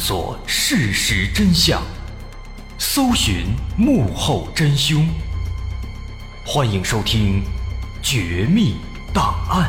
索事实真相，搜寻幕后真凶。欢迎收听《绝密档案》。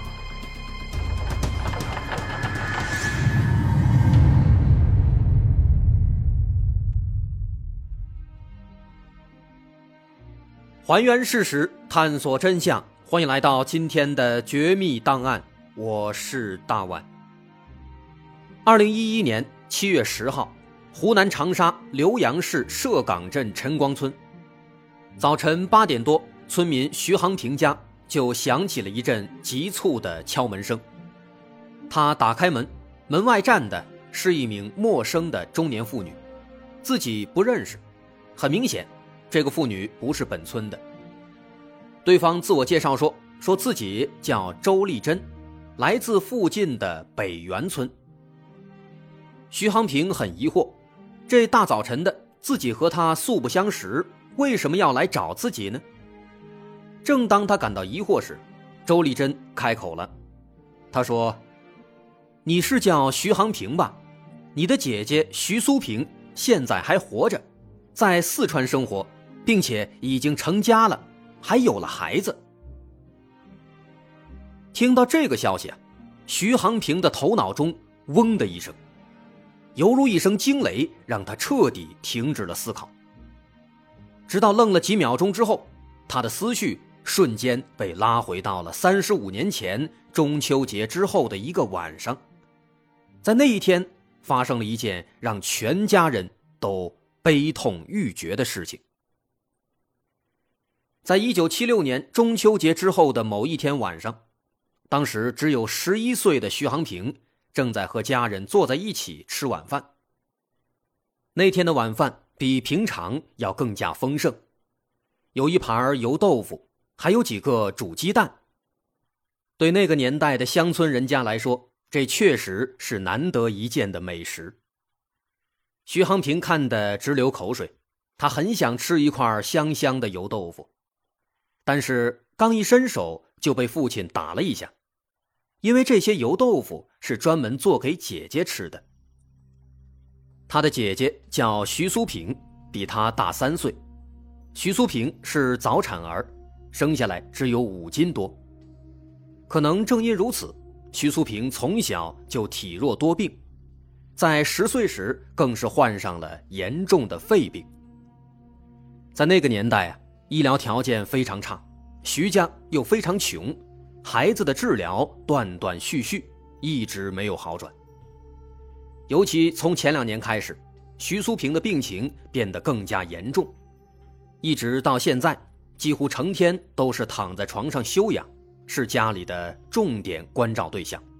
还原事实，探索真相，欢迎来到今天的《绝密档案》，我是大碗。2011年7月10号，湖南长沙浏阳市社岗镇陈光村，早晨8点多，村民徐航平家就响起了一阵急促的敲门声。他打开门，门外站的是一名陌生的中年妇女，自己不认识，很明显这个妇女不是本村的。对方自我介绍说自己叫周丽珍，来自附近的北园村。徐航平很疑惑，这大早晨的自己和他素不相识，为什么要来找自己呢？正当他感到疑惑时，周丽珍开口了。他说：你是叫徐航平吧？你的姐姐徐苏平现在还活着，在四川生活，并且已经成家了，还有了孩子。听到这个消息徐航平的头脑中嗡的一声，犹如一声惊雷，让他彻底停止了思考。直到愣了几秒钟之后，他的思绪瞬间被拉回到了35年前中秋节之后的一个晚上。在那一天发生了一件让全家人都悲痛欲绝的事情。在1976年中秋节之后的某一天晚上，当时只有11岁的徐航平正在和家人坐在一起吃晚饭。那天的晚饭比平常要更加丰盛，有一盘油豆腐，还有几个煮鸡蛋。对那个年代的乡村人家来说，这确实是难得一见的美食。徐航平看得直流口水，他很想吃一块香香的油豆腐，但是刚一伸手就被父亲打了一下，因为这些油豆腐是专门做给姐姐吃的。他的姐姐叫徐苏平，比他大3岁。徐苏平是早产儿，生下来只有5斤多。可能正因如此，徐苏平从小就体弱多病，在10岁时更是患上了严重的肺病。在那个年代医疗条件非常差，徐家又非常穷，孩子的治疗断断续续，一直没有好转。尤其从前2年开始，徐苏平的病情变得更加严重，一直到现在几乎成天都是躺在床上休养，是家里的重点关照对象。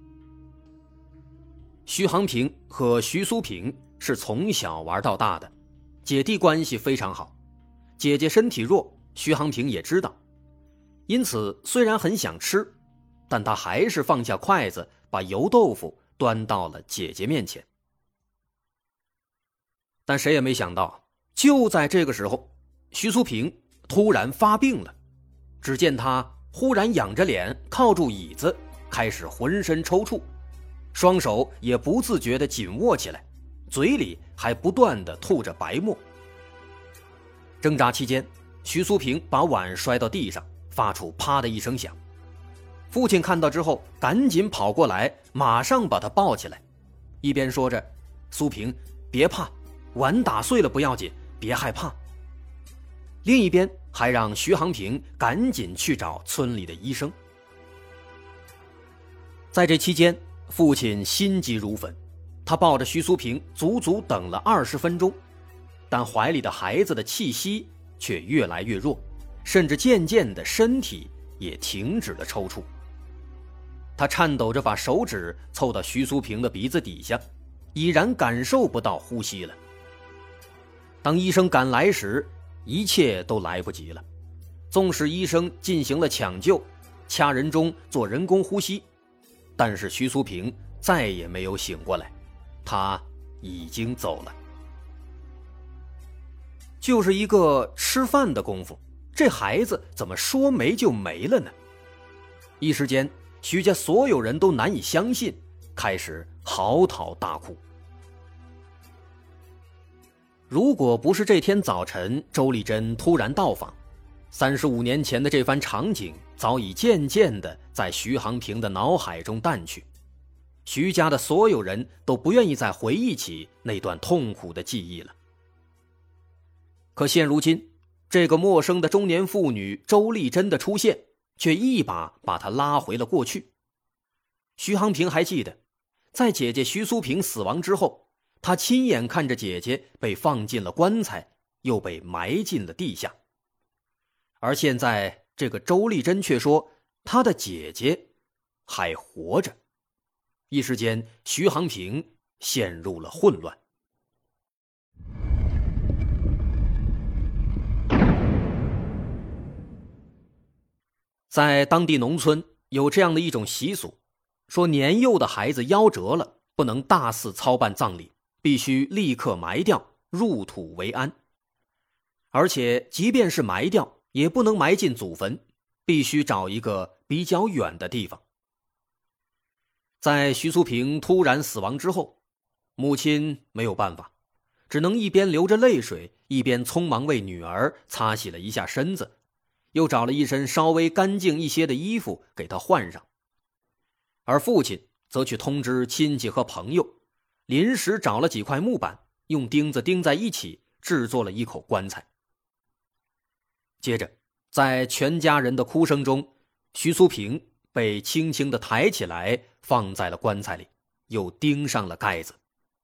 徐航平和徐苏平是从小玩到大的，姐弟关系非常好。姐姐身体弱，徐航平也知道，因此虽然很想吃，但他还是放下筷子，把油豆腐端到了姐姐面前。但谁也没想到，就在这个时候，徐苏平突然发病了。只见他忽然仰着脸靠住椅子，开始浑身抽搐，双手也不自觉地紧握起来，嘴里还不断地吐着白沫。挣扎期间，徐苏平把碗摔到地上，发出啪的一声响。父亲看到之后赶紧跑过来，马上把他抱起来，一边说着：苏平别怕，碗打碎了不要紧，别害怕。另一边还让徐航平赶紧去找村里的医生。在这期间，父亲心急如焚，他抱着徐苏平足足等了20分钟，但怀里的孩子的气息却越来越弱，甚至渐渐的身体也停止了抽搐。他颤抖着把手指凑到徐苏平的鼻子底下，已然感受不到呼吸了。当医生赶来时，一切都来不及了。纵使医生进行了抢救，掐人中做人工呼吸，但是徐苏平再也没有醒过来，他已经走了。就是一个吃饭的功夫，这孩子怎么说没就没了呢？一时间，徐家所有人都难以相信，开始嚎啕大哭。 如果不是这天早晨周丽珍突然到访，35年前的这番场景早已渐渐地在徐航平的脑海中淡去，徐家的所有人都不愿意再回忆起那段痛苦的记忆了。可现如今，这个陌生的中年妇女周丽珍的出现，却一把把她拉回了过去。徐航平还记得，在姐姐徐苏萍死亡之后，他亲眼看着姐姐被放进了棺材，又被埋进了地下。而现在这个周丽珍却说她的姐姐还活着，一时间徐航平陷入了混乱。在当地农村有这样的一种习俗，说年幼的孩子夭折了，不能大肆操办葬礼，必须立刻埋掉，入土为安。而且即便是埋掉，也不能埋进祖坟，必须找一个比较远的地方。在徐苏萍突然死亡之后，母亲没有办法，只能一边流着泪水，一边匆忙为女儿擦洗了一下身子，又找了一身稍微干净一些的衣服给她换上。而父亲则去通知亲戚和朋友，临时找了几块木板，用钉子钉在一起，制作了一口棺材。接着在全家人的哭声中，徐苏萍被轻轻地抬起来，放在了棺材里，又钉上了盖子。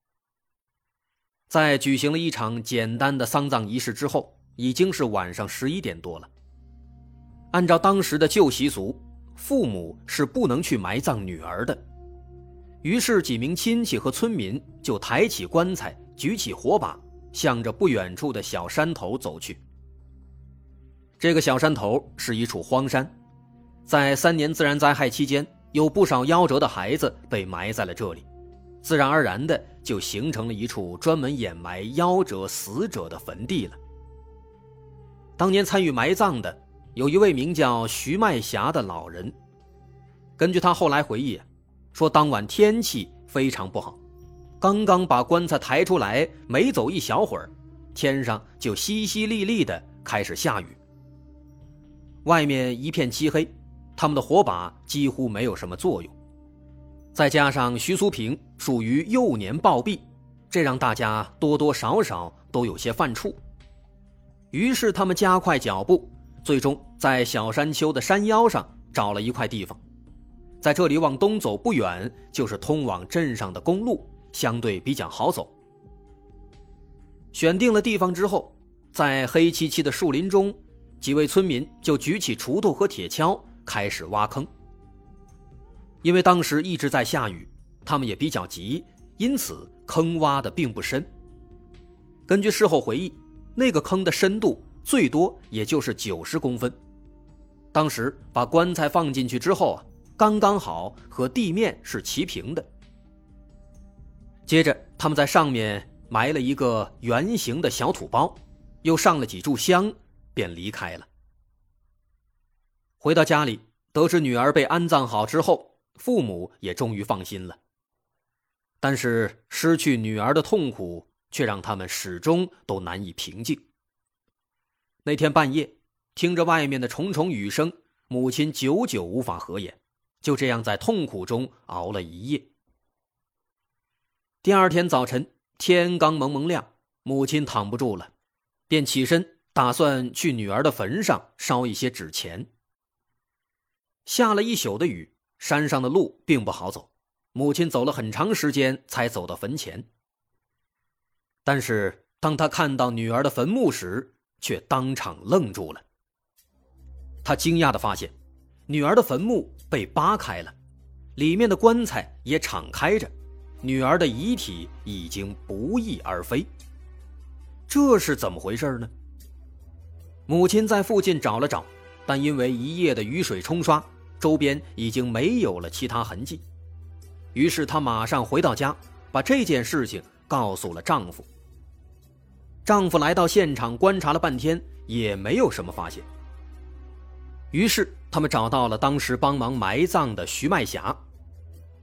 在举行了一场简单的丧葬仪式之后，已经是晚上11点多了。按照当时的旧习俗，父母是不能去埋葬女儿的。于是几名亲戚和村民就抬起棺材，举起火把，向着不远处的小山头走去。这个小山头是一处荒山，在3年自然灾害期间，有不少夭折的孩子被埋在了这里，自然而然的就形成了一处专门掩埋夭折死者的坟地了。当年参与埋葬的有一位名叫徐麦霞的老人，根据他后来回忆，说当晚天气非常不好，刚刚把棺材抬出来，没走一小会儿，天上就淅淅沥沥的开始下雨。外面一片漆黑，他们的火把几乎没有什么作用。再加上徐苏萍属于幼年暴毙，这让大家多多少少都有些犯怵。于是他们加快脚步，最终在小山丘的山腰上找了一块地方。在这里往东走不远，就是通往镇上的公路，相对比较好走。选定了地方之后，在黑漆漆的树林中，几位村民就举起锄头和铁锹开始挖坑。因为当时一直在下雨，他们也比较急，因此坑挖的并不深。根据事后回忆，那个坑的深度最多也就是90公分。当时把棺材放进去之后刚刚好和地面是齐平的。接着他们在上面埋了一个圆形的小土包，又上了几炷香，便离开了。回到家里，得知女儿被安葬好之后，父母也终于放心了。但是失去女儿的痛苦却让他们始终都难以平静。那天半夜，听着外面的重重雨声，母亲久久无法合眼，就这样在痛苦中熬了一夜。第二天早晨，天刚蒙蒙亮，母亲躺不住了，便起身打算去女儿的坟上烧一些纸钱。下了一宿的雨，山上的路并不好走，母亲走了很长时间才走到坟前。但是当她看到女儿的坟墓时，却当场愣住了。她惊讶地发现，女儿的坟墓被扒开了，里面的棺材也敞开着，女儿的遗体已经不翼而飞。这是怎么回事呢？母亲在附近找了找，但因为一夜的雨水冲刷，周边已经没有了其他痕迹。于是她马上回到家，把这件事情告诉了丈夫。丈夫来到现场观察了半天，也没有什么发现。于是他们找到了当时帮忙埋葬的徐麦霞。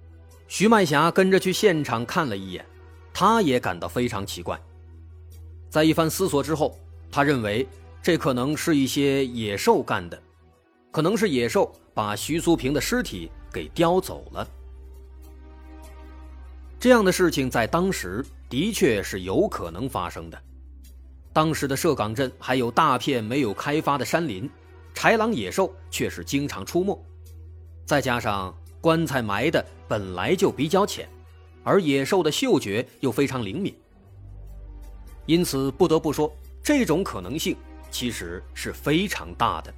徐麦霞跟着去现场看了一眼，她也感到非常奇怪。 在一番思索之后，他认为这可能是一些野兽干的，可能是野兽把徐苏平的尸体给叼走了。这样的事情在当时的确是有可能发生的。当时的社岗镇还有大片没有开发的山林，豺狼野兽却是经常出没，再加上棺材埋的本来就比较浅，而野兽的嗅觉又非常灵敏，因此不得不说，这种可能性其实是非常大的。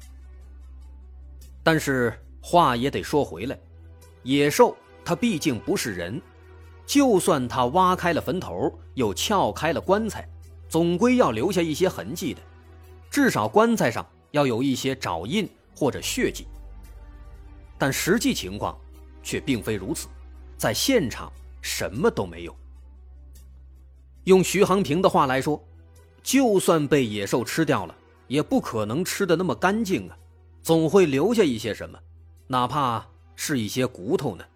但是话也得说回来，野兽它毕竟不是人，就算它挖开了坟头，又撬开了棺材，总归要留下一些痕迹的，至少棺材上要有一些爪印或者血迹。但实际情况却并非如此，在现场什么都没有。用徐航平的话来说，就算被野兽吃掉了，也不可能吃得那么干净啊，总会留下一些什么，哪怕是一些骨头呢。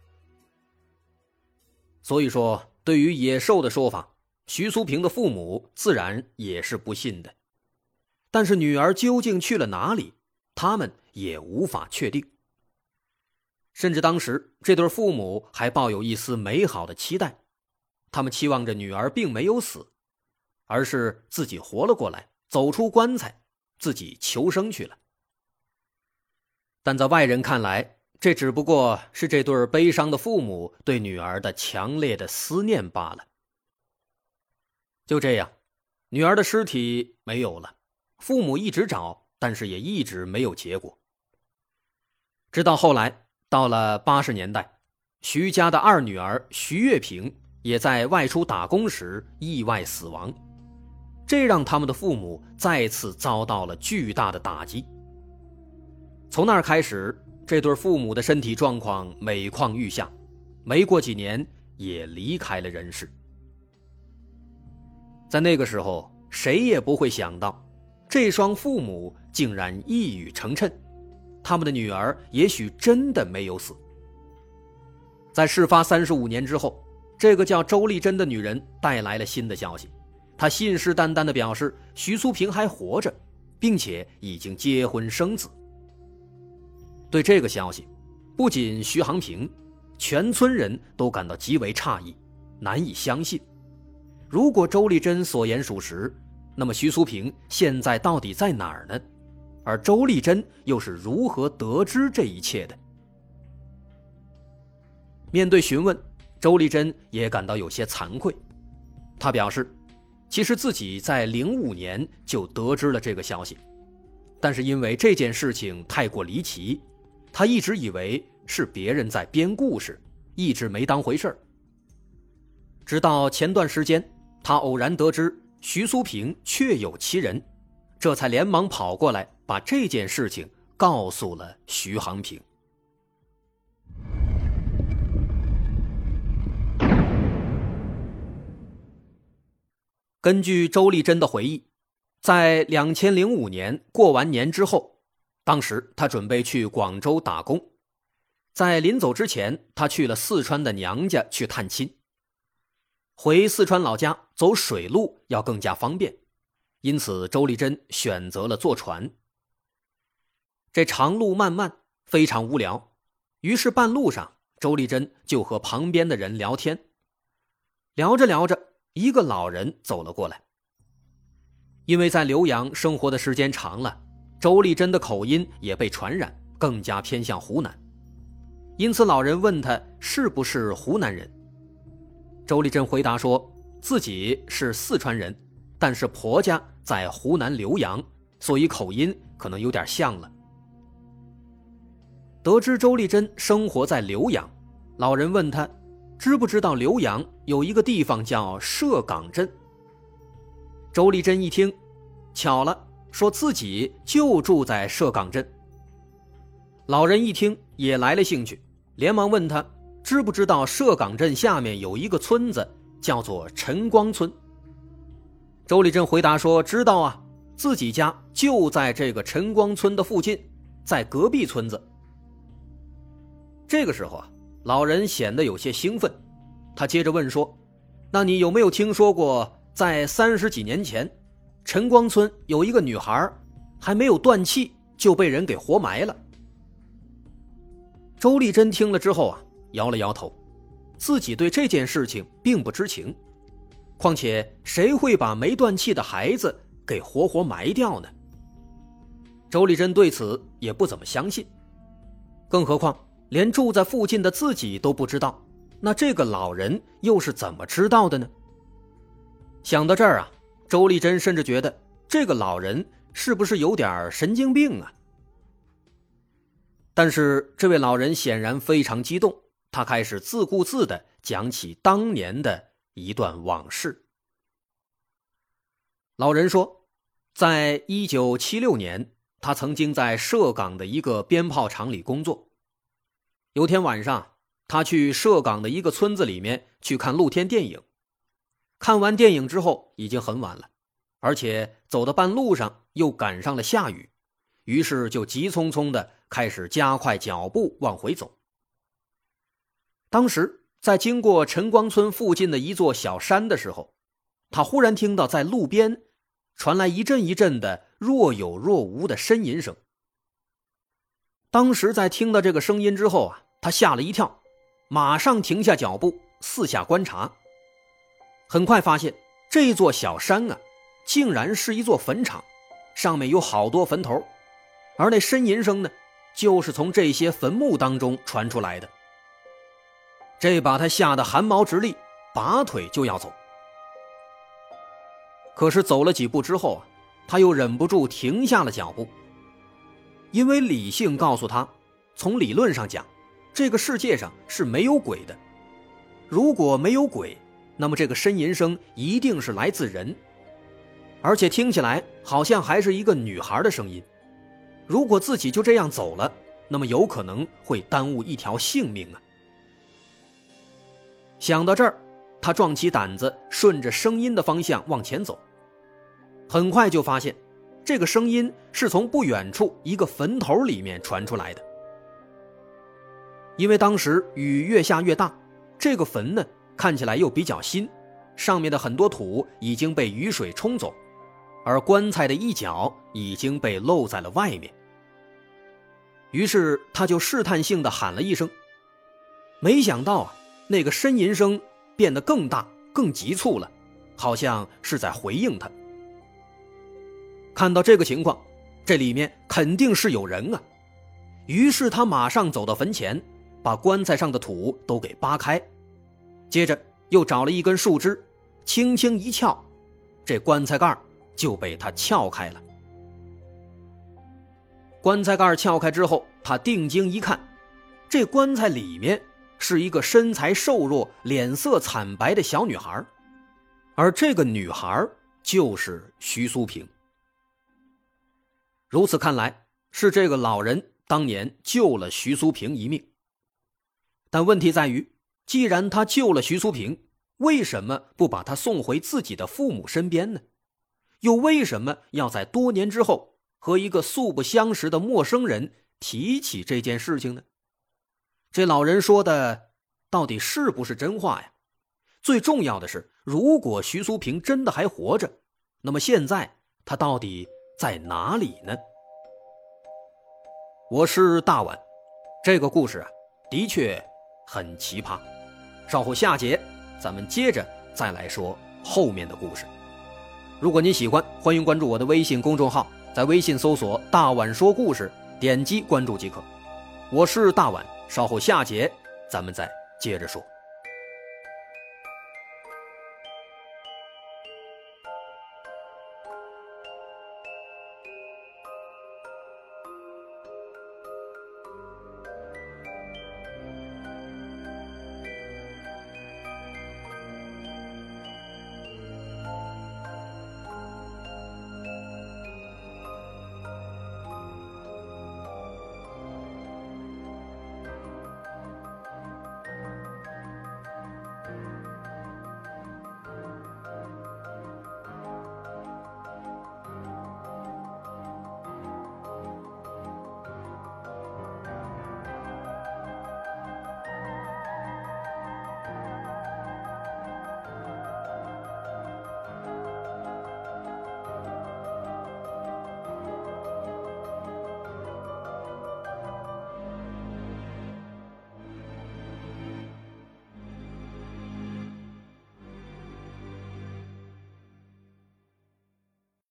所以说，对于野兽的说法，徐苏平的父母自然也是不信的。但是女儿究竟去了哪里，他们也无法确定。甚至当时这对父母还抱有一丝美好的期待，他们期望着女儿并没有死，而是自己活了过来，走出棺材，自己求生去了。但在外人看来，这只不过是这对悲伤的父母对女儿的强烈的思念罢了。就这样，女儿的尸体没有了，父母一直找，但是也一直没有结果。直到后来到了80年代，徐家的二女儿徐月平也在外出打工时意外死亡，这让他们的父母再次遭到了巨大的打击。从那儿开始，这对父母的身体状况每况愈下，没过几年也离开了人世。在那个时候，谁也不会想到，这双父母竟然一语成谶，他们的女儿也许真的没有死。在事发35年之后，这个叫周丽珍的女人带来了新的消息，她信誓旦旦地表示徐苏平还活着，并且已经结婚生子。对这个消息，不仅徐航平，全村人都感到极为诧异，难以相信。如果周丽珍所言属实，那么徐苏平现在到底在哪儿呢？而周丽珍又是如何得知这一切的？面对询问，周丽珍也感到有些惭愧。她表示，其实自己在05年就得知了这个消息，但是因为这件事情太过离奇，她一直以为是别人在编故事，一直没当回事儿。直到前段时间，她偶然得知徐苏平确有其人，这才连忙跑过来把这件事情告诉了徐航平。根据周丽珍的回忆，在2005年过完年之后，当时她准备去广州打工，在临走之前，她去了四川的娘家去探亲。回四川老家走水路要更加方便，因此周丽珍选择了坐船。这长路漫漫，非常无聊，于是半路上周丽珍就和旁边的人聊天。聊着聊着，一个老人走了过来。因为在浏阳生活的时间长了，周丽珍的口音也被传染，更加偏向湖南，因此老人问他是不是湖南人。周丽珍回答说自己是四川人，但是婆家在湖南浏阳，所以口音可能有点像了。得知周丽珍生活在浏阳，老人问他知不知道浏阳有一个地方叫社岗镇。周丽珍一听，巧了，说自己就住在社岗镇。老人一听也来了兴趣，连忙问他知不知道社岗镇下面有一个村子叫做晨光村。周丽珍回答说知道啊，自己家就在这个晨光村的附近，在隔壁村子。这个时候啊，老人显得有些兴奋，他接着问说，那你有没有听说过在30几年前，陈光村有一个女孩还没有断气就被人给活埋了。周丽珍听了之后摇了摇头，自己对这件事情并不知情，况且谁会把没断气的孩子给活活埋掉呢？周丽珍对此也不怎么相信，更何况连住在附近的自己都不知道，那这个老人又是怎么知道的呢？想到这儿周丽珍甚至觉得这个老人是不是有点神经病啊？但是这位老人显然非常激动，他开始自顾自地讲起当年的一段往事。老人说，在1976年，他曾经在涉港的一个鞭炮厂里工作。有天晚上，他去涉港的一个村子里面去看露天电影。看完电影之后已经很晚了，而且走到半路上又赶上了下雨，于是就急匆匆地开始加快脚步往回走。当时在经过陈光村附近的一座小山的时候，他忽然听到在路边传来一阵一阵的若有若无的呻吟声。当时在听到这个声音之后他吓了一跳，马上停下脚步四下观察。很快发现这座小山竟然是一座坟场，上面有好多坟头，而那呻吟声呢，就是从这些坟墓当中传出来的。这把他吓得汗毛直立，拔腿就要走。可是走了几步之后他又忍不住停下了脚步，因为理性告诉他，从理论上讲，这个世界上是没有鬼的。如果没有鬼，那么这个呻吟声一定是来自人，而且听起来好像还是一个女孩的声音。如果自己就这样走了，那么有可能会耽误一条性命想到这儿，他壮起胆子，顺着声音的方向往前走。很快就发现，这个声音是从不远处一个坟头里面传出来的。因为当时雨越下越大，这个坟呢看起来又比较新，上面的很多土已经被雨水冲走，而棺材的一角已经被露在了外面。于是他就试探性地喊了一声，没想到那个呻吟声变得更大更急促了，好像是在回应他。看到这个情况，这里面肯定是有人于是他马上走到坟前，把棺材上的土都给扒开，接着又找了一根树枝，轻轻一撬，这棺材盖就被他撬开了。棺材盖撬开之后，他定睛一看，这棺材里面是一个身材瘦弱、脸色惨白的小女孩，而这个女孩就是徐苏平。如此看来，是这个老人当年救了徐苏平一命。但问题在于，既然他救了徐苏平，为什么不把他送回自己的父母身边呢？又为什么要在多年之后和一个素不相识的陌生人提起这件事情呢？这老人说的到底是不是真话呀？最重要的是，如果徐苏平真的还活着，那么现在他到底在哪里呢？我是大碗，这个故事的确很奇葩。稍后下节咱们接着再来说后面的故事。如果您喜欢，欢迎关注我的微信公众号，在微信搜索大碗说故事，点击关注即可。我是大碗，稍后下节咱们再接着说。